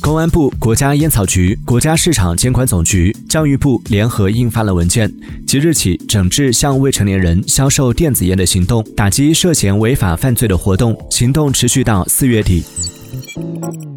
公安部、国家烟草局、国家市场监管总局、教育部联合印发了文件，即日起整治向未成年人销售电子烟的行动，打击涉嫌违法犯罪的活动，行动持续到4月底。